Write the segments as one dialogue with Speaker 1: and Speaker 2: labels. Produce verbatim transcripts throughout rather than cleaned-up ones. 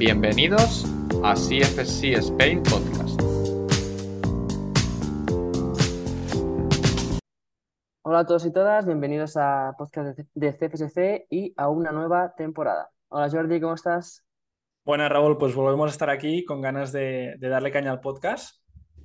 Speaker 1: Bienvenidos a C F C Spain Podcast.
Speaker 2: Hola a todos y todas, bienvenidos a podcast de de C F S C y a una nueva temporada. Hola Jordi, ¿cómo estás?
Speaker 3: Buenas, Raúl, pues volvemos a estar aquí con ganas de, de darle caña al podcast.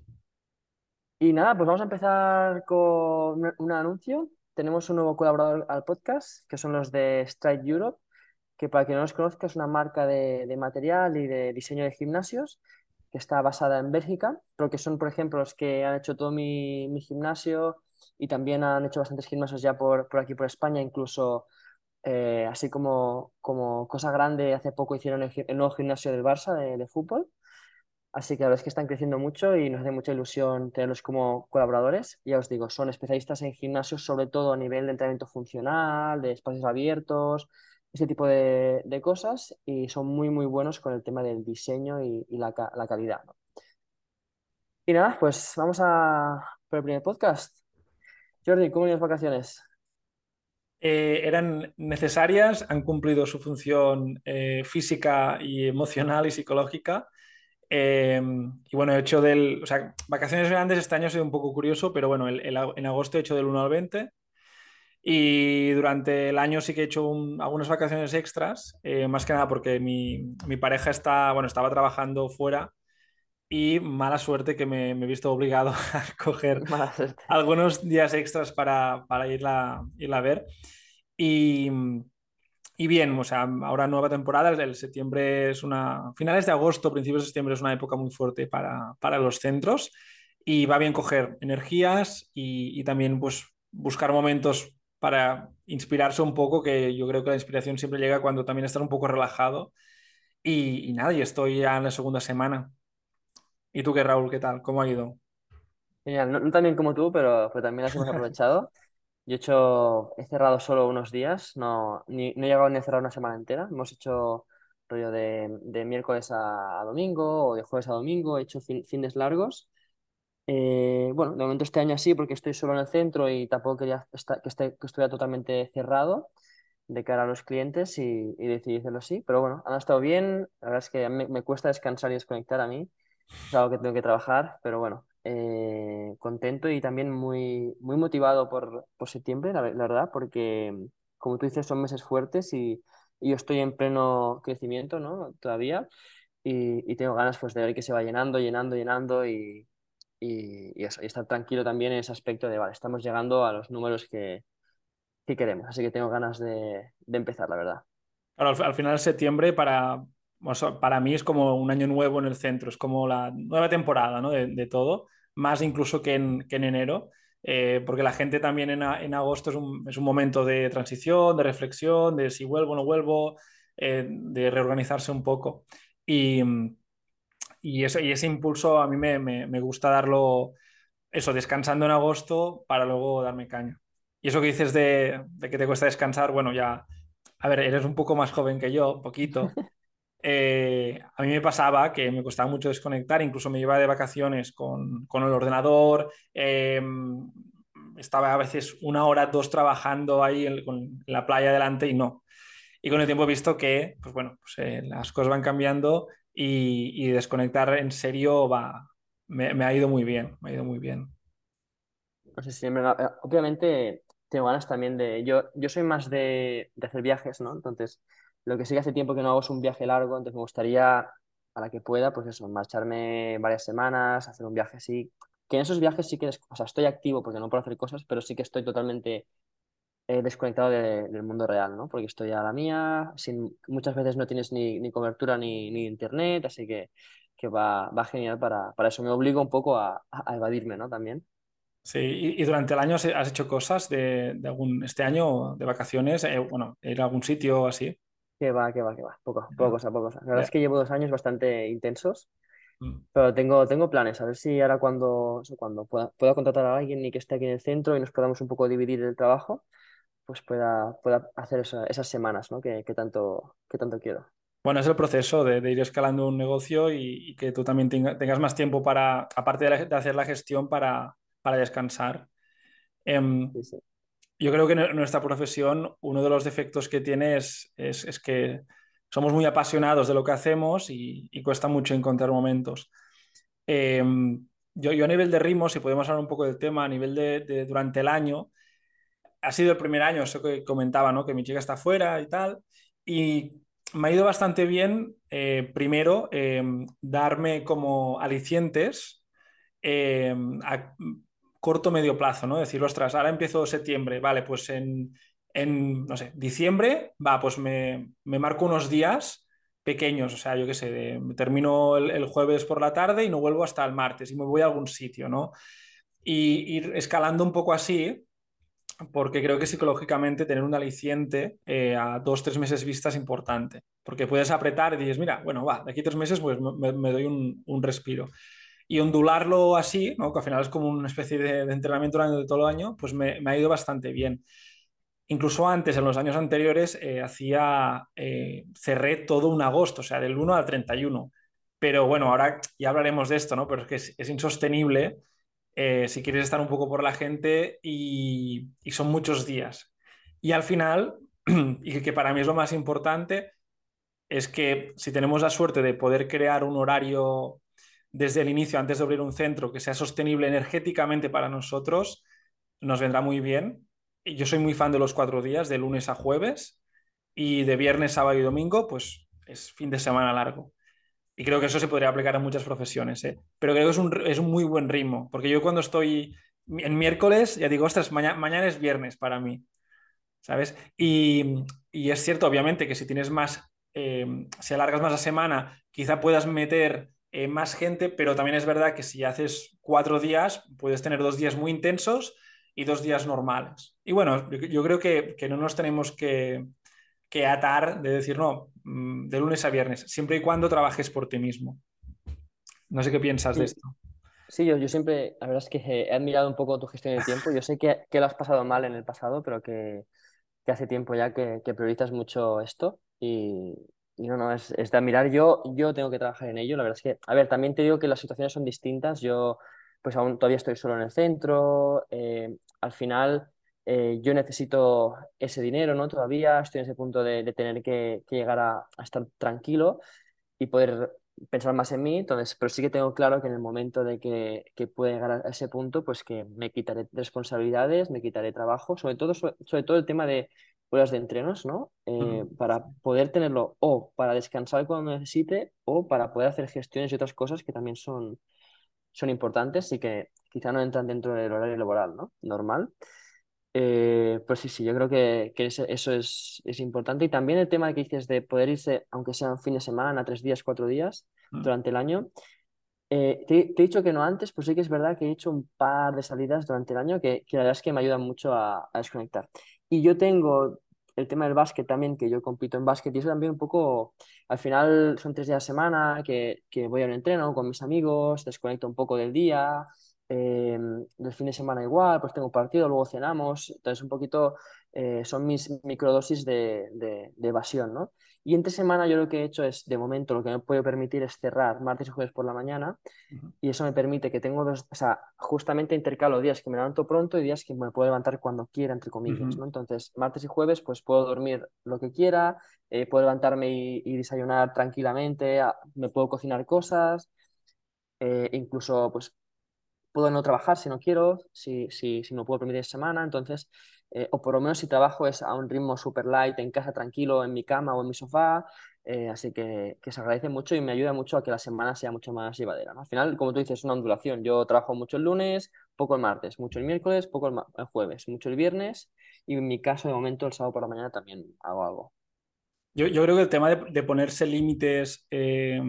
Speaker 2: Y nada, pues vamos a empezar con un, un anuncio. Tenemos un nuevo colaborador al podcast, que son los de Stride Europe, que para quien no los conozca es una marca de, de material y de diseño de gimnasios que está basada en Bélgica, pero que son, por ejemplo, los que han hecho todo mi, mi gimnasio y también han hecho bastantes gimnasios ya por, por aquí, por España, incluso eh, así como, como cosa grande, hace poco hicieron el, gi- el nuevo gimnasio del Barça de, de fútbol. Así que la verdad es que están creciendo mucho y nos hace mucha ilusión tenerlos como colaboradores. Ya os digo, son especialistas en gimnasios, sobre todo a nivel de entrenamiento funcional, de espacios abiertos, ese tipo de, de cosas, y son muy, muy buenos con el tema del diseño y, y la, ca- la calidad, ¿no? Y nada, pues vamos a por el primer podcast. Jordi, ¿cómo van las vacaciones?
Speaker 3: Eh, eran necesarias, han cumplido su función eh, física y emocional y psicológica. Eh, y bueno, he hecho del, o sea, vacaciones grandes este año ha sido un poco curioso, pero bueno, el- el ag- en agosto he hecho del uno al veinte y durante el año sí que he hecho un- algunas vacaciones extras, eh, más que nada porque mi, mi pareja está, bueno, estaba trabajando fuera y mala suerte que me, me he visto obligado a coger
Speaker 2: Mala suerte.
Speaker 3: algunos días extras para, para irla, irla a ver. Y, y bien, o sea, ahora nueva temporada, el septiembre es una, finales de agosto, principios de septiembre es una época muy fuerte para, para los centros y va bien coger energías y, y también pues buscar momentos para inspirarse un poco, que yo creo que la inspiración siempre llega cuando también estás un poco relajado y, y nada, y estoy ya en la segunda semana. ¿Y tú qué, Raúl, qué tal? ¿Cómo ha ido?
Speaker 2: Genial, no, no tan bien como tú, pero, pero también las hemos aprovechado. Yo he hecho, he cerrado solo unos días, no, ni, no he llegado ni a cerrar una semana entera. Hemos hecho rollo de, de miércoles a, a domingo o de jueves a domingo, he hecho fin- fines largos. Eh, bueno, de momento este año así porque estoy solo en el centro y tampoco quería esta- que, esté, que estuviera totalmente cerrado de cara a los clientes y, y decidí hacerlo así. Pero bueno, han estado bien. La verdad es que a mí me, me cuesta descansar y desconectar a mí, es algo que tengo que trabajar, pero bueno, eh, contento y también muy, muy motivado por, por septiembre, la, ve- la verdad, porque como tú dices, son meses fuertes y, y yo estoy en pleno crecimiento, ¿no? Todavía y, y tengo ganas pues de ver que se va llenando, llenando, llenando y, y, y eso, y estar tranquilo también en ese aspecto de, vale, estamos llegando a los números que, que queremos, así que tengo ganas de, de empezar, la verdad.
Speaker 3: Claro, al, al final de septiembre para, o sea, para mí es como un año nuevo en el centro, es como la nueva temporada, ¿no? de, de todo, más incluso que en, que en enero, eh, porque la gente también en, a- en agosto es un, es un momento de transición, de reflexión, de si vuelvo o no vuelvo, eh, de reorganizarse un poco. Y, y, ese, y ese impulso a mí me, me, me gusta darlo, eso, descansando en agosto para luego darme caña. Y eso que dices de, de que te cuesta descansar, bueno, ya, a ver, eres un poco más joven que yo, poquito. Eh, a mí me pasaba que me costaba mucho desconectar, incluso me iba de vacaciones con, con el ordenador, eh, estaba a veces una hora, dos trabajando ahí en, con la playa delante y no. Y con el tiempo he visto que, pues bueno, pues, eh, las cosas van cambiando y, y desconectar en serio va, me, me ha ido muy bien, me ha ido muy bien.
Speaker 2: No sé si siempre, eh, obviamente tengo ganas también de, yo, yo soy más de, de hacer viajes, ¿no? Entonces, lo que sí que hace tiempo que no hago es un viaje largo, entonces me gustaría, a la que pueda, pues eso, marcharme varias semanas, hacer un viaje así, que en esos viajes sí que, des- o sea, estoy activo porque no puedo hacer cosas, pero sí que estoy totalmente eh, desconectado de- del mundo real, ¿no? Porque estoy a la mía, sin, muchas veces no tienes ni, ni cobertura ni, ni internet, así que, que va, va genial para, para eso, me obligo un poco a, a evadirme, ¿no? También.
Speaker 3: Sí, y, y durante el año has has hecho cosas de, de algún, este año de vacaciones, eh, bueno, ir a algún sitio así.
Speaker 2: Que va, que va, que va. Poco, poco
Speaker 3: Ya,
Speaker 2: cosa, poco cosa. La verdad es
Speaker 3: ya.
Speaker 2: que llevo dos años bastante intensos,
Speaker 3: Mm.
Speaker 2: pero tengo, tengo planes. A ver si ahora cuando, eso, cuando pueda, pueda contratar a alguien y que esté aquí en el centro y nos podamos un poco dividir el trabajo, pues pueda, pueda hacer esa- esas semanas, ¿no? Que, que tanto, que tanto quiero.
Speaker 3: Bueno, es el proceso de, de ir escalando un negocio y, y que tú también tenga- tengas más tiempo para, aparte de, la- de hacer la gestión, para, para descansar. Em,
Speaker 2: Sí, sí.
Speaker 3: yo creo que en nuestra profesión uno de los defectos que tiene es, es, es que somos muy apasionados de lo que hacemos y, y cuesta mucho encontrar momentos. Eh, yo, yo a nivel de ritmo, si podemos hablar un poco del tema, a nivel de, de durante el año, ha sido el primer año, eso que comentaba, ¿no? Que mi chica está fuera y tal, y me ha ido bastante bien, eh, primero, eh, darme como alicientes eh, a corto medio plazo, ¿no? Decir, ostras, ahora empiezo septiembre, vale, pues en, en no sé, diciembre, va, pues me, me marco unos días pequeños, o sea, yo qué sé, de- termino el, el jueves por la tarde y no vuelvo hasta el martes y me voy a algún sitio, ¿no? Y ir escalando un poco así, porque creo que psicológicamente tener un aliciente eh, a dos, tres meses vista es importante, porque puedes apretar y dices, mira, bueno, va, de aquí tres meses pues me, me doy un, un respiro. Y ondularlo así, ¿no? Que al final es como una especie de, de entrenamiento durante todo el año, pues me, me ha ido bastante bien. Incluso antes, en los años anteriores, eh, hacía, eh, cerré todo un agosto, o sea, del uno al treinta y uno. Pero bueno, ahora ya hablaremos de esto, ¿no? Pero es que es, es insostenible eh, si quieres estar un poco por la gente y, y son muchos días. Y al final, y que para mí es lo más importante, es que si tenemos la suerte de poder crear un horario desde el inicio, antes de abrir un centro, que sea sostenible energéticamente para nosotros, nos vendrá muy bien. Y yo soy muy fan de los cuatro días, de lunes a jueves, y de viernes, sábado y domingo, pues es fin de semana largo. Y creo que eso se podría aplicar a muchas profesiones, ¿eh? Pero creo que es un, es un muy buen ritmo, porque yo cuando estoy en miércoles, ya digo, ostras, mañana, mañana es viernes para mí, ¿sabes? Y, y es cierto, obviamente, que si tienes más, eh, si alargas más la semana, quizá puedas meter eh, más gente, pero también es verdad que si haces cuatro días, puedes tener dos días muy intensos y dos días normales. Y bueno, yo, yo creo que, que no nos tenemos que, que atar de decir, no, mm, de lunes a viernes, siempre y cuando trabajes por ti mismo. No sé qué piensas de
Speaker 2: Sí,
Speaker 3: esto.
Speaker 2: sí, yo, yo siempre, la verdad es que he admirado un poco tu gestión del tiempo. Yo sé que, que lo has pasado mal en el pasado, pero que, que hace tiempo ya que, que priorizas mucho esto y, y no, no, es, es de admirar. Yo, yo tengo que trabajar en ello. La verdad es que, a ver, también te digo que las situaciones son distintas. Yo, pues aún todavía estoy solo en el centro. Eh, al final, eh, yo necesito ese dinero, ¿no? Todavía estoy en ese punto de, de tener que, que llegar a, a estar tranquilo y poder pensar más en mí. Entonces, pero sí que tengo claro que en el momento de que, que pueda llegar a ese punto, pues que me quitaré responsabilidades, me quitaré trabajo, sobre todo, sobre, sobre todo el tema de horas de entrenos, ¿no? Eh,
Speaker 3: Ujú.
Speaker 2: para poder tenerlo o para descansar cuando necesite o para poder hacer gestiones y otras cosas que también son, son importantes y que quizá no entran dentro del horario laboral, ¿no? Normal. Eh, pues sí, sí, yo creo que, que ese- eso es, es importante. Y también el tema que dices de poder irse, aunque sea un fin de semana, tres días, cuatro días
Speaker 3: Ujú.
Speaker 2: durante el año. Eh, te, te he dicho que no antes, pues sí que es verdad que he hecho un par de salidas durante el año que, que la verdad es que me ayudan mucho a, a desconectar. Y yo tengo el tema del básquet también, que yo compito en básquet y eso también un poco, al final son tres días a la semana que, que voy a un entreno con mis amigos, desconecto un poco del día, eh, del fin de semana igual, pues tengo un partido, luego cenamos, entonces un poquito eh, son mis microdosis de, de, de evasión, ¿no? Y entre semana yo lo que he hecho es, de momento, lo que me puedo permitir es cerrar martes y jueves por la mañana
Speaker 3: Ujú.
Speaker 2: y eso me permite que tengo dos, o sea, justamente intercalo días que me levanto pronto y días que me puedo levantar cuando quiera, entre comillas,
Speaker 3: Ujú.
Speaker 2: ¿no? Entonces, martes y jueves, pues puedo dormir lo que quiera, eh, puedo levantarme y, y desayunar tranquilamente, a- me puedo cocinar cosas, eh, incluso, pues puedo no trabajar si no quiero, si, si, si no puedo permitir semana, entonces, eh, o por lo menos si trabajo es a un ritmo super light, en casa tranquilo, en mi cama o en mi sofá, eh, así que, que se agradece mucho y me ayuda mucho a que la semana sea mucho más llevadera, ¿no? Al final, como tú dices, es una ondulación. Yo trabajo mucho el lunes, poco el martes, mucho el miércoles, poco el, ma- el jueves, mucho el viernes y en mi caso, de momento, el sábado por la mañana también hago algo.
Speaker 3: Yo, yo creo que el tema de, de ponerse límites eh,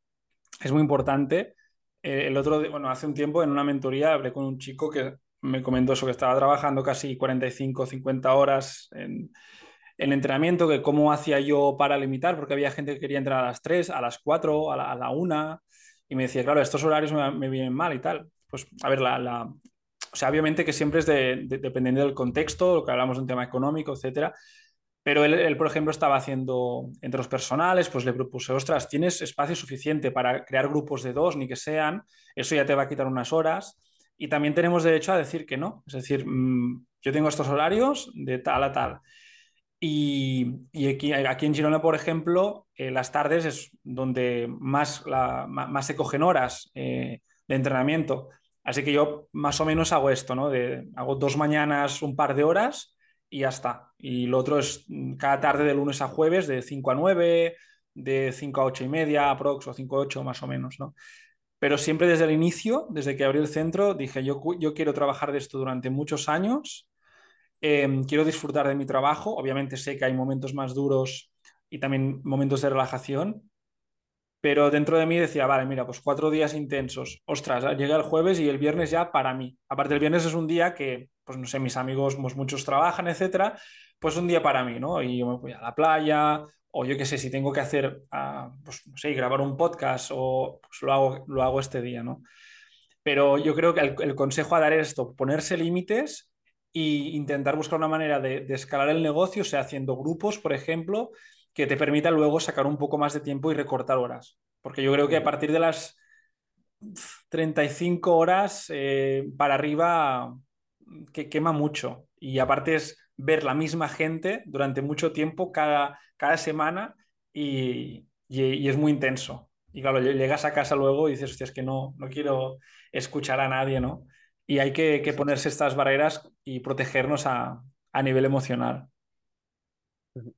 Speaker 3: es muy importante. Eh, el otro, día- bueno, hace un tiempo en una mentoría hablé con un chico que me comentó eso, que estaba trabajando casi cuarenta y cinco o cincuenta horas en, en entrenamiento, que cómo hacía yo para limitar, porque había gente que quería entrar a las tres, a las cuatro, a la, a la una, y me decía, claro, estos horarios me, me vienen mal y tal. Pues, a ver, la, la- o sea, obviamente que siempre es de, de- dependiendo del contexto, lo que hablamos de un tema económico, etcétera. Pero él, él, por ejemplo, estaba haciendo entre los personales, pues le propuse, ostras, ¿tienes espacio suficiente para crear grupos de dos, ni que sean? Eso ya te va a quitar unas horas. Y también tenemos derecho a decir que no. Es decir, mmm, yo tengo estos horarios de tal a tal. Y, y aquí, aquí en Girona, por ejemplo, eh, las tardes es donde más, la, ma- más se cogen horas eh, de entrenamiento. Así que yo más o menos hago esto, ¿no? De, hago dos mañanas un par de horas y ya está. Y lo otro es mm, cada tarde de lunes a jueves de cinco a nueve, de cinco a ocho y media, aprox, o cinco a ocho más o menos, ¿no? Pero siempre desde el inicio, desde que abrí el centro, dije, yo, cu- yo quiero trabajar de esto durante muchos años. Eh, quiero disfrutar de mi trabajo. Obviamente sé que hay momentos más duros y también momentos de relajación, pero dentro de mí decía, vale, mira, pues cuatro días intensos. Ostras, llega el jueves y el viernes ya para mí. Aparte, el viernes es un día que, pues no sé, mis amigos, pues, muchos trabajan, etcétera. Pues un día para mí, ¿no? Y yo me voy a la playa, o yo qué sé, si tengo que hacer, ah, pues no sé, grabar un podcast, o pues lo hago, lo hago este día, ¿no? Pero yo creo que el, el consejo a dar es esto, ponerse límites e intentar buscar una manera de, de escalar el negocio, o sea, haciendo grupos, por ejemplo, que te permitan luego sacar un poco más de tiempo y recortar horas. Porque yo creo que a
Speaker 2: Ujú.
Speaker 3: partir de las treinta y cinco horas eh, para arriba que quema mucho. Y aparte es ver la misma gente durante mucho tiempo, cada, cada semana, y, y- y es muy intenso. Y claro, llegas a casa luego y dices, hostia, es que no, no quiero escuchar a nadie, ¿no? Y hay que, que
Speaker 2: Sí, sí.
Speaker 3: ponerse estas barreras y protegernos a, a nivel emocional.
Speaker 2: Ujú.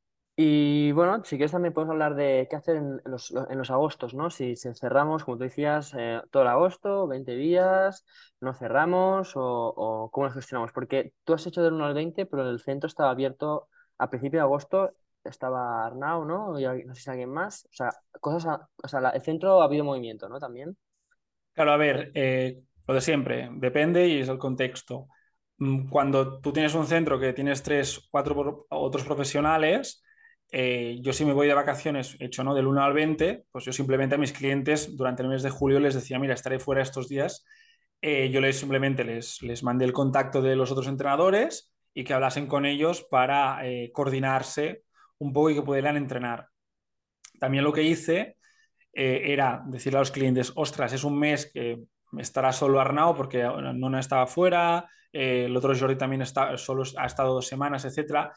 Speaker 2: Y bueno, si quieres también podemos hablar de qué hacer en los, en los agostos, ¿no? Si, si cerramos, como tú decías, eh, todo el agosto, veinte días, no cerramos o, o cómo lo gestionamos. Porque tú has hecho del uno al veinte, pero el centro estaba abierto a principio de agosto, estaba Arnau, ¿no? Y alguien- no sé si alguien más. O sea, cosas, a- o sea, la- el centro ha habido movimiento, ¿no? También.
Speaker 3: Claro, a ver, eh, lo de siempre, depende y es el contexto. Mm, Cuando tú tienes un centro que tienes tres, cuatro pro- otros profesionales, eh, yo si me voy de vacaciones, hecho, ¿no? Del uno al veinte, pues yo simplemente a mis clientes durante el mes de julio les decía, mira, estaré fuera estos días. Eh, yo les simplemente les, les mandé el contacto de los otros entrenadores y que hablasen con ellos para eh, coordinarse un poco y que pudieran entrenar. También lo que hice eh, era decirle a los clientes, ostras, es un mes que estará solo Arnau porque no estaba fuera, eh, el otro Jordi también está, solo ha estado dos semanas, etcétera.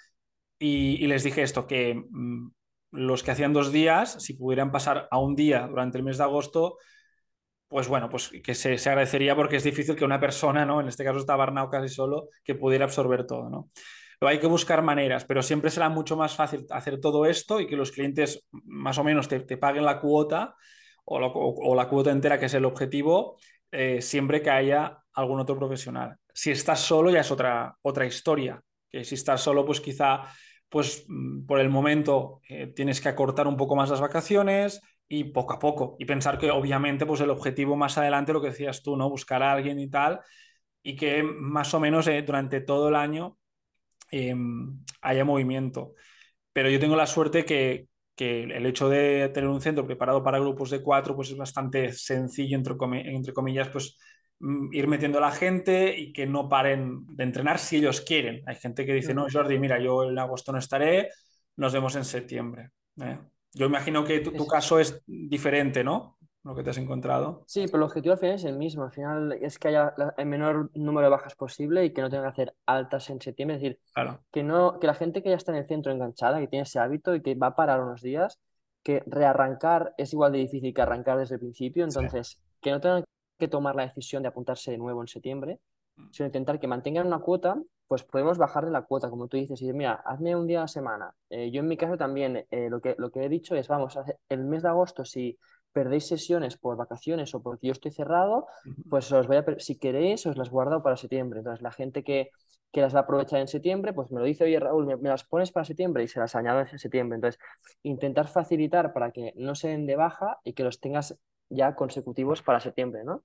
Speaker 3: Y, y les dije esto, que mm, los que hacían dos días, si pudieran pasar a un día durante el mes de agosto, pues bueno, pues que se, se agradecería porque es difícil que una persona, ¿no? En este caso estaba Arnau casi solo, que pudiera absorber todo, ¿no? Pero hay que buscar maneras, pero siempre será mucho más fácil hacer todo esto y que los clientes más o menos te, te paguen la cuota o, lo- o- o la cuota entera, que es el objetivo, eh, siempre que haya algún otro profesional. Si estás solo ya es otra, otra historia, que si estás solo, pues quizá, pues mm, por el momento eh, tienes que acortar un poco más las vacaciones y poco a poco. Y pensar que obviamente pues el objetivo más adelante, lo que decías tú, ¿no? Buscar a alguien y tal, y que más o menos eh, durante todo el año eh, haya movimiento. Pero yo tengo la suerte que, que el hecho de tener un centro preparado para grupos de cuatro pues es bastante sencillo, entre, comi- entre comillas, pues mm, ir metiendo a la gente y que no paren de entrenar si ellos quieren. Hay gente que dice, no,
Speaker 2: Ujú.
Speaker 3: Jordi, mira, yo en agosto no estaré, nos vemos en septiembre. ¿eh? Yo imagino que tu,
Speaker 2: Sí,
Speaker 3: tu
Speaker 2: sí.
Speaker 3: caso es diferente, ¿no? Lo que te has encontrado.
Speaker 2: Sí, pero el objetivo al final es el mismo. Al final es que haya la- el menor número de bajas posible y que no tenga que hacer altas en septiembre. Es decir,
Speaker 3: Claro.
Speaker 2: que no, que la gente que ya está en el centro enganchada, que tiene ese hábito y que va a parar unos días, que rearrancar es igual de difícil que arrancar desde el principio.
Speaker 3: Sí.
Speaker 2: Entonces, que no tengan que tomar la decisión de apuntarse de nuevo en septiembre, sino intentar que mantengan una cuota, pues podemos bajar de la cuota, como tú dices, y decir, mira, hazme un día a la semana. Eh, yo en mi caso también, eh, lo que, lo que he dicho es, vamos, hace- el mes de agosto, si perdéis sesiones por vacaciones o porque yo estoy cerrado, pues os voy a, per- si queréis, os las guardo para septiembre. Entonces, la gente que, que las va a aprovechar en septiembre, pues me lo dice, oye, Raúl, ¿me, me las pones para septiembre? Y se las añado en septiembre. Entonces, intentar facilitar para que no se den de baja y que los tengas ya consecutivos para septiembre, ¿no?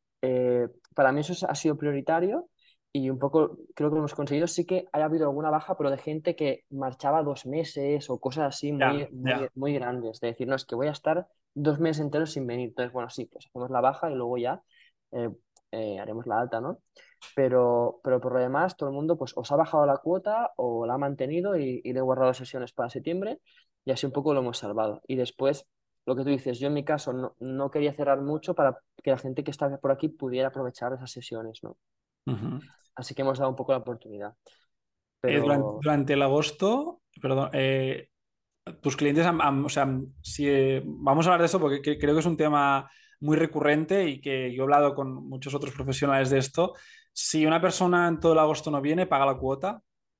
Speaker 2: Eh, para mí eso es- ha sido prioritario y un poco creo que lo hemos conseguido. Sí que haya habido alguna baja, pero de gente que marchaba dos meses o cosas así
Speaker 3: Ya,
Speaker 2: muy, muy,
Speaker 3: ya.
Speaker 2: muy grandes. De decir, no, es que voy a estar dos meses enteros sin venir. Entonces, bueno, sí, pues hacemos la baja y luego ya eh, eh, haremos la alta, ¿no? Pero, pero por lo demás, todo el mundo pues os ha bajado la cuota o la ha mantenido y, y le he guardado sesiones para septiembre y así un poco lo hemos salvado. Y después, lo que tú dices, yo en mi caso no, no quería cerrar mucho para que la gente que está por aquí pudiera aprovechar esas sesiones, ¿no?
Speaker 3: Ujú.
Speaker 2: Así que hemos dado un poco la oportunidad.
Speaker 3: Eh, durante,
Speaker 2: pero
Speaker 3: durante el agosto, perdón, eh, tus clientes, han- han- o sea, si, eh, vamos a hablar de eso porque que- creo que es un tema muy recurrente y que yo he hablado con muchos otros profesionales de esto. Si una persona en todo el agosto no viene, paga la cuota.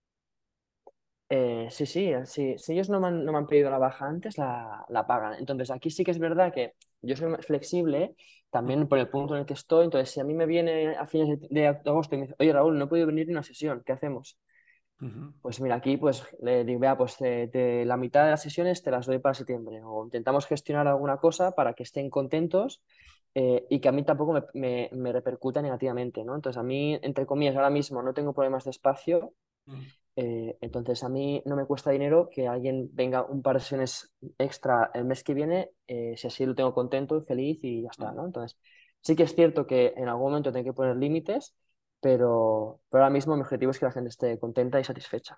Speaker 2: Eh, sí, sí, eh, sí. Si ellos no me han, no me han pedido la baja antes, la, la pagan. Entonces, aquí sí que es verdad que yo soy más flexible también por el punto en el que estoy. Entonces, si a mí me viene a fines de, de agosto y me dice, oye, Raúl, no he podido venir ni a una sesión, ¿qué hacemos?
Speaker 3: Ujú.
Speaker 2: Pues mira, aquí pues le digo, vea, pues de, de la mitad de las sesiones te las doy para septiembre. O intentamos gestionar alguna cosa para que estén contentos eh, y que a mí tampoco me, me, me repercuta negativamente, ¿no? Entonces, a mí, entre comillas, ahora mismo no tengo problemas de espacio.
Speaker 3: Mm.
Speaker 2: Eh, entonces, a mí no me cuesta dinero que alguien venga un par de sesiones extra el mes que viene, eh, si así lo tengo contento y feliz y ya está,
Speaker 3: Mm.
Speaker 2: ¿no? Entonces, sí que es cierto que en algún momento tengo que poner límites, pero, pero ahora mismo mi objetivo es que la gente esté contenta y satisfecha.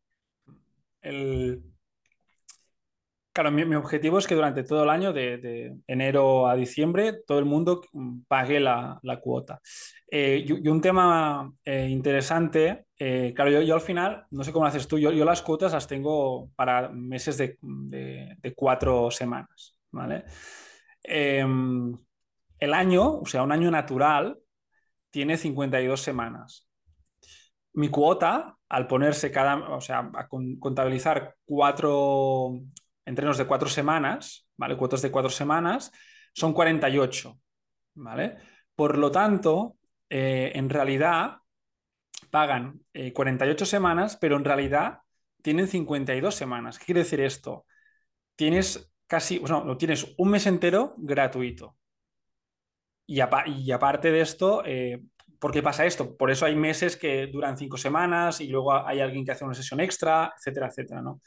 Speaker 3: El, Claro, mi, mi objetivo es que durante todo el año, de, de enero a diciembre, todo el mundo mm, pague la, la cuota. Eh, y, y un tema eh, interesante, eh, claro, yo, yo al final, no sé cómo lo haces tú, yo, yo las cuotas las tengo para meses de, de- de cuatro semanas, ¿vale? Eh, el año, o sea, un año natural, tiene cincuenta y dos semanas. Mi cuota, al ponerse cada, o sea, a con- contabilizar cuatro entrenos de cuatro semanas, ¿vale? Cuotas de cuatro semanas, son cuarenta y ocho, ¿vale? Por lo tanto, eh, en realidad pagan eh, cuarenta y ocho semanas, pero en realidad tienen cincuenta y dos semanas. ¿Qué quiere decir esto? Tienes casi, o sea, no, tienes un mes entero gratuito. Y, apa- y aparte de esto, eh, ¿por qué pasa esto? Por eso hay meses que duran cinco semanas y luego hay alguien que hace una sesión extra, etcétera, etcétera, ¿no?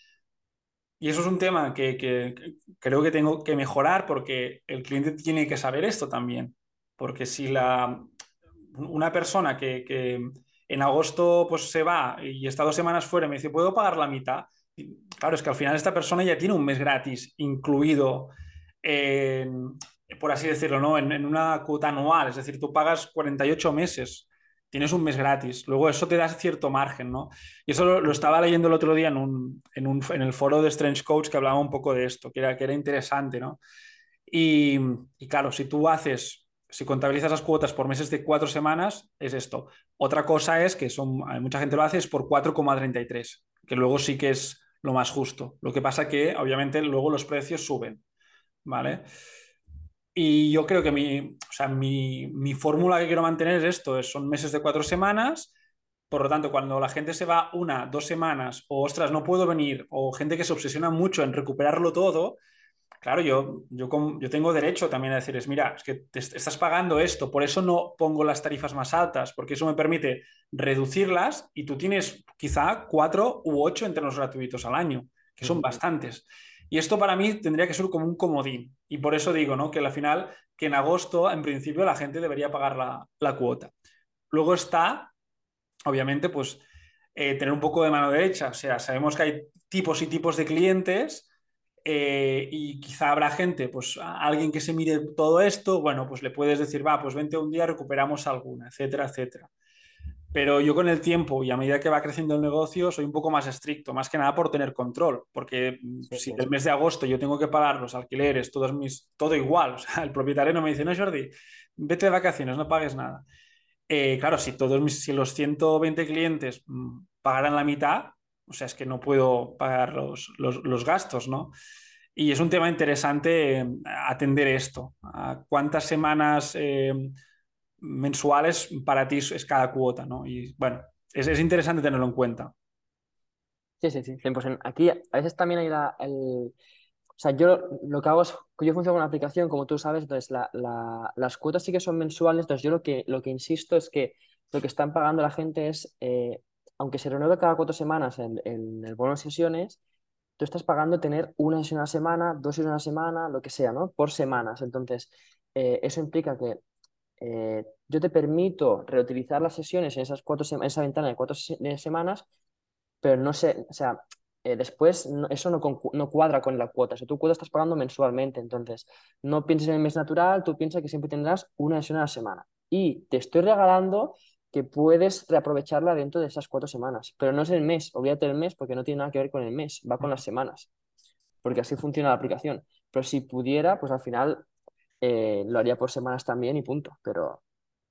Speaker 3: Y eso es un tema que, que- que creo que tengo que mejorar porque el cliente tiene que saber esto también. Porque si la, una persona que, que en agosto pues se va y está dos semanas fuera y me dice, ¿puedo pagar la mitad? Y, claro, es que al final esta persona ya tiene un mes gratis incluido en, por así decirlo, ¿no? En, en una cuota anual. Es decir, tú pagas cuarenta y ocho meses, tienes un mes gratis. Luego eso te da cierto margen, ¿no? Y eso lo, lo estaba leyendo el otro día en, un, en, un, en el foro de Strange Coach que hablaba un poco de esto, que era, que era interesante, ¿no? Y, y claro, si tú haces, si contabilizas las cuotas por meses de cuatro semanas, es esto. Otra cosa es que son, mucha gente lo hace es por cuatro coma treinta y tres, que luego sí que es lo más justo. Lo que pasa que, obviamente, luego los precios suben, ¿vale? Y yo creo que mi, o sea, mi, mi fórmula que quiero mantener es esto, es- son meses de cuatro semanas, por lo tanto, cuando la gente se va una, dos semanas, o ostras, no puedo venir, o gente que se obsesiona mucho en recuperarlo todo, claro, yo, yo, com- yo tengo derecho también a decirles, mira, es que te est- estás pagando esto, por eso no pongo las tarifas más altas, porque eso me permite reducirlas y tú tienes quizá cuatro u ocho entrenos gratuitos al año, que son
Speaker 2: Ujú.
Speaker 3: bastantes. Y esto para mí tendría que ser como un comodín. Y por eso digo, ¿no? Que al final, que en agosto, en principio, la gente debería pagar la, la cuota. Luego está, obviamente, pues eh, tener un poco de mano derecha. O sea, sabemos que hay tipos y tipos de clientes eh, y quizá habrá gente, pues a- alguien que se mire todo esto, bueno, pues le puedes decir, va, pues vente un día, recuperamos alguna, etcétera, etcétera. Pero yo con el tiempo y a medida que va creciendo el negocio soy un poco más estricto, más que nada por tener control, porque mm,
Speaker 2: Sí,
Speaker 3: si
Speaker 2: sí.
Speaker 3: el mes de agosto yo tengo que pagar los alquileres, todos mis, todo igual, o sea, el propietario no me dice, no, Jordi, vete de vacaciones, no pagues nada. Eh, claro, si todos mis, si los ciento veinte clientes mm, pagaran la mitad, o sea, es que no puedo pagar los, los, los gastos, ¿no? Y es un tema interesante eh, atender esto. A ¿Cuántas semanas eh, mensuales para ti es cada cuota, ¿no? Y bueno, es, es interesante tenerlo en cuenta.
Speaker 2: Sí, sí, sí, cien por ciento. Aquí a veces también hay la, el... O sea, yo lo que hago es que yo funciono con una aplicación, como tú sabes, entonces la, la- las cuotas sí que son mensuales, entonces yo lo que, lo que insisto es que lo que están pagando la gente es, eh, aunque se renueve cada cuatro semanas en, en el bono de sesiones, tú estás pagando tener una sesión a la semana, dos sesiones a la semana, lo que sea, ¿no? Por semanas. Entonces, eh, eso implica que eh, yo te permito reutilizar las sesiones en esas cuatro, sema- en esa ventana de cuatro se- de semanas, pero no sé, o sea, eh, después no- eso no, concu- no cuadra con la cuota. O sea, tu cuota estás pagando mensualmente, entonces no pienses en el mes natural, tú piensas que siempre tendrás una sesión a la semana. Y te estoy regalando que puedes reaprovecharla dentro de esas cuatro semanas. Pero no es el mes, olvídate del mes porque no tiene nada que ver con el mes, va con las semanas, porque así funciona la aplicación. Pero si pudiera, pues al final eh, lo haría por semanas también y punto. Pero,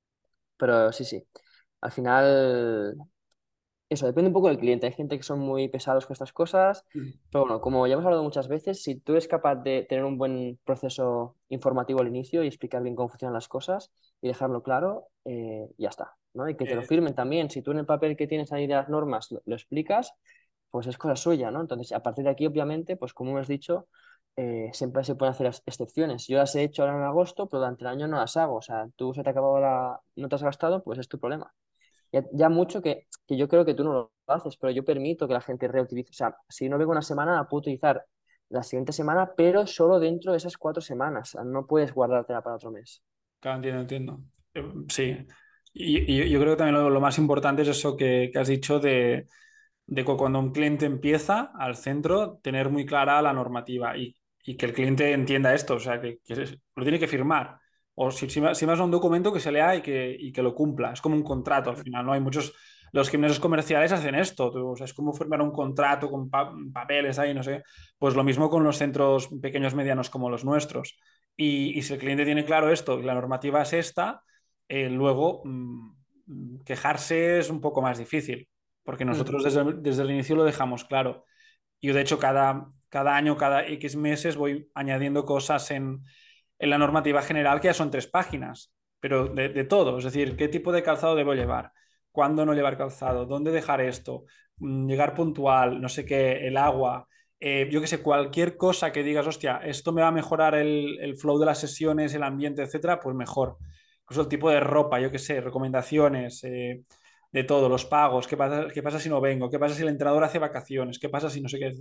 Speaker 2: pero sí, sí. Al final, eso depende un poco del cliente. Hay gente que son muy pesados con estas cosas, pero bueno, como ya hemos hablado muchas veces, si tú eres capaz de tener un buen proceso informativo al inicio y explicar bien cómo funcionan las cosas y dejarlo claro, eh, ya está, ¿no? Y que te lo
Speaker 3: Eh,
Speaker 2: firmen también. Si tú en el papel que tienes ahí de las normas lo, lo explicas, pues es cosa suya, ¿no? Entonces, a partir de aquí, obviamente, pues como hemos dicho, eh, siempre se pueden hacer las excepciones. Yo las he hecho ahora en agosto, pero durante el año no las hago. O sea, tú se te ha acabado la... no te has gastado, pues es tu problema. Ya, ya mucho que, que yo creo que tú no lo haces, pero yo permito que la gente reutilice. O sea, si no vengo una semana, la puedo utilizar la siguiente semana, pero solo dentro de esas cuatro semanas. O sea, no puedes guardártela para otro mes.
Speaker 3: claro, entiendo, entiendo. Eh, sí. Y, y yo creo que también lo, lo más importante es eso que, que has dicho de, de que cuando un cliente empieza al centro, tener muy clara la normativa y, y que el cliente entienda esto, o sea, que, que es- lo tiene que firmar. O si, si, me- si me das un documento que se lea y que, y que lo cumpla. Es como un contrato al final, ¿no? Hay muchos, los gimnasios comerciales hacen esto, tú, o sea, es como firmar un contrato con pa- papeles ahí, no sé. Pues lo mismo con los centros pequeños, medianos como los nuestros. Y, y si el cliente tiene claro esto y la normativa es esta, eh, luego mm, quejarse es un poco más difícil porque
Speaker 2: Mm.
Speaker 3: nosotros desde, el- desde el inicio lo dejamos claro. Yo, de hecho, cada, cada año, cada X meses voy añadiendo cosas en, en la normativa general, que ya son tres páginas, pero de, de todo. Es decir, qué tipo de calzado debo llevar, cuándo no llevar calzado, dónde dejar esto, mm, llegar puntual, no sé qué, el agua. Eh, yo qué sé, cualquier cosa que digas, hostia, esto me va a mejorar el, el flow de las sesiones, el ambiente, etcétera, pues mejor. Incluso el tipo de ropa, yo qué sé, recomendaciones, eh, de todo, los pagos, qué pasa, qué pasa si no vengo, qué pasa si el entrenador hace vacaciones, qué pasa si no sé qué.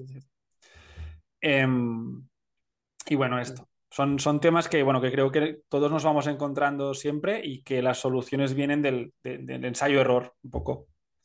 Speaker 3: Em, y bueno, esto. Son, son temas que, bueno, que creo que todos nos vamos encontrando siempre y que las soluciones vienen del, de- del ensayo-error, un poco.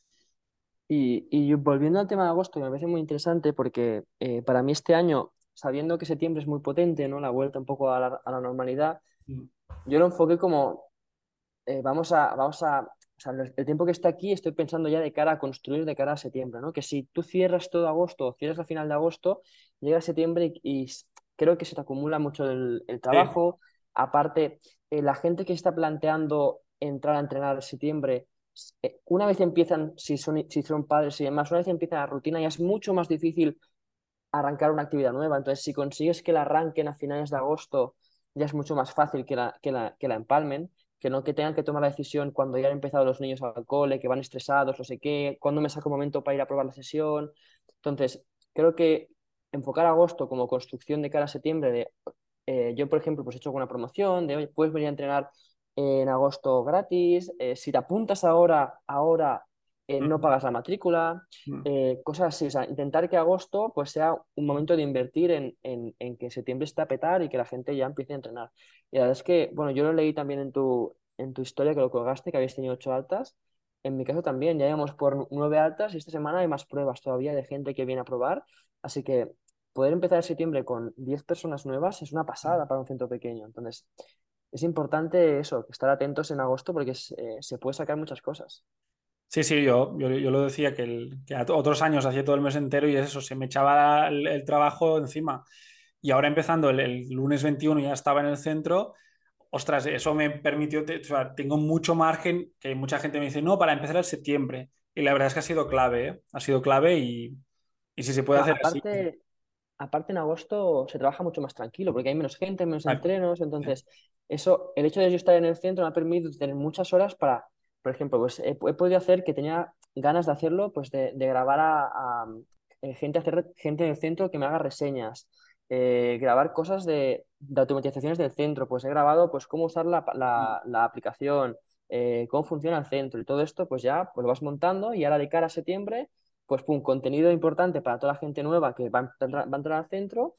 Speaker 2: Y, y volviendo al tema de agosto, que me parece muy interesante porque eh, para mí este año, sabiendo que septiembre es muy potente, ¿no? La vuelta un poco a la, a la normalidad,
Speaker 3: Mm.
Speaker 2: yo lo enfoqué como eh, vamos a, vamos a, o sea, el tiempo que está aquí estoy pensando ya de cara a construir de cara a septiembre, ¿no? Que si tú cierras todo agosto o cierras la final de agosto, llega septiembre y, y s- creo que se te acumula mucho el, el
Speaker 3: Sí.
Speaker 2: trabajo. Aparte, eh, la gente que está planteando entrar a entrenar en septiembre, s- eh, una vez empiezan, si son, si son padres y demás, una vez empiezan la rutina, ya es mucho más difícil arrancar una actividad nueva. Entonces, si consigues que la arranquen a finales de agosto, ya es mucho más fácil que la, que la, que la empalmen, que no que tengan que tomar la decisión cuando ya han empezado los niños al cole, que van estresados, no sé qué, cuándo me saco un momento para ir a probar la sesión. Entonces, creo que enfocar agosto como construcción de cara a septiembre, de, eh, yo, por ejemplo, pues he hecho alguna promoción de, oye, puedes venir a entrenar en agosto gratis, eh, si te apuntas ahora, ahora eh, no
Speaker 3: Mm,
Speaker 2: pagas la matrícula,
Speaker 3: mm.
Speaker 2: eh, cosas así. O sea, intentar que agosto pues, sea un momento de invertir en, en, en que septiembre esté a petar y que la gente ya empiece a entrenar. Y la verdad es que, bueno, yo lo leí también en tu, en tu historia que lo colgaste, que habéis tenido ocho altas. En mi caso también, ya íbamos por nueve altas y esta semana hay más pruebas todavía de gente que viene a probar. Así que poder empezar en septiembre con diez personas nuevas es una pasada para un centro pequeño. Entonces, es importante eso, estar atentos en agosto porque es- eh, se puede sacar muchas cosas.
Speaker 3: Sí, sí, yo, yo, yo lo decía que, el- que a otros años hacía todo el mes entero y es eso, se me echaba el, el trabajo encima. Y ahora empezando el, el lunes veintiuno ya estaba en el centro. Ostras, eso me permitió, te- o sea, tengo mucho margen, que mucha gente me dice, no, para empezar en septiembre. Y la verdad es que ha sido clave, ¿eh? Ha sido clave y, y si se puede
Speaker 2: Claro,
Speaker 3: hacer así.
Speaker 2: aparte, aparte en agosto se trabaja mucho más tranquilo porque hay menos gente, menos
Speaker 3: Exacto.
Speaker 2: entrenos,
Speaker 3: Sí.
Speaker 2: entonces eso, el hecho de yo estar en el centro me ha permitido tener muchas horas para, por ejemplo, pues he, he podido hacer que tenía ganas de hacerlo, pues de, de grabar a, a, eh, gente, hacer gente en el centro que me haga reseñas, eh, grabar cosas de, de automatizaciones del centro, pues he grabado pues cómo usar la,
Speaker 3: Mm.
Speaker 2: la, la aplicación, eh, cómo funciona el centro y todo esto, pues ya pues lo vas montando y ahora de cara a septiembre pues pum, contenido importante para toda la gente nueva que va a entrar, va a entrar al centro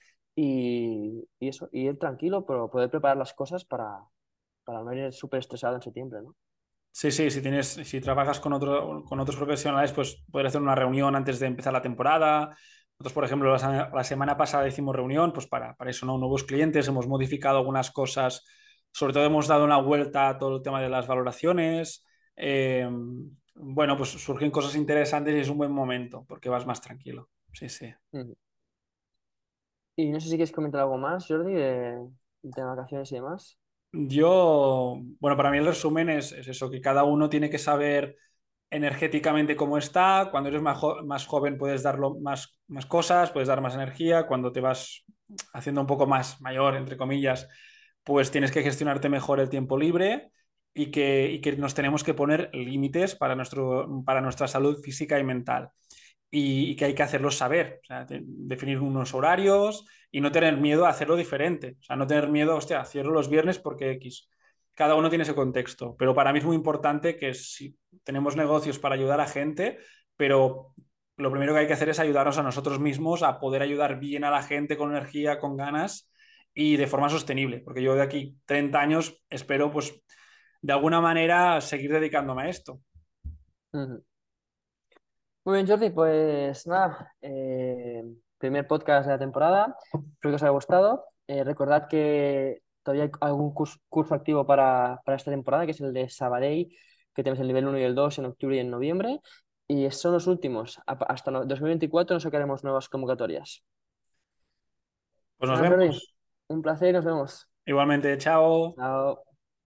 Speaker 2: y, y eso, y ir tranquilo, pero poder preparar las cosas para, para no ir súper estresado en septiembre, ¿no?
Speaker 3: Sí, sí, si tienes, si trabajas con otro, con otros profesionales, pues poder hacer una reunión antes de empezar la temporada. Nosotros, por ejemplo, la, se- la semana pasada hicimos reunión, pues para, para eso, ¿no? Nuevos clientes, hemos modificado algunas cosas, sobre todo hemos dado una vuelta a todo el tema de las valoraciones, eh, bueno, pues surgen cosas interesantes y es un buen momento porque vas más tranquilo. Sí, sí.
Speaker 2: Ujú. Y no sé si quieres comentar algo más, Jordi, de, de vacaciones y demás.
Speaker 3: Yo, bueno, para mí el resumen es, es eso, que cada uno tiene que saber energéticamente cómo está. Cuando eres más, jo- más joven puedes dar lo- más, más cosas, puedes dar más energía. Cuando te vas haciendo un poco más mayor, entre comillas, pues tienes que gestionarte mejor el tiempo libre y que, y que nos tenemos que poner límites para nuestro, para nuestra salud física y mental. Y, y que hay que hacerlos saber, o sea, de- definir unos horarios y no tener miedo a hacerlo diferente. O sea, no tener miedo, hostia, cierro los viernes porque X. Cada uno tiene ese contexto, pero para mí es muy importante que si tenemos negocios para ayudar a gente, pero lo primero que hay que hacer es ayudarnos a nosotros mismos a poder ayudar bien a la gente con energía, con ganas y de forma sostenible, porque yo de aquí treinta años espero pues de alguna manera seguir dedicándome a esto.
Speaker 2: Ujú. Muy bien, Jordi, pues nada, eh, primer podcast de la temporada. Espero que os haya gustado. Eh, recordad que todavía hay algún curso, curso activo para, para esta temporada, que es el de Sabadell, que tenemos el nivel uno y el dos en octubre y en noviembre. Y son los últimos. A- Hasta no- dos mil veinticuatro no sacaremos nuevas convocatorias.
Speaker 3: Pues nos
Speaker 2: Nada, Jordi,
Speaker 3: vemos.
Speaker 2: un placer y nos vemos.
Speaker 3: Igualmente, chao.
Speaker 2: Chao.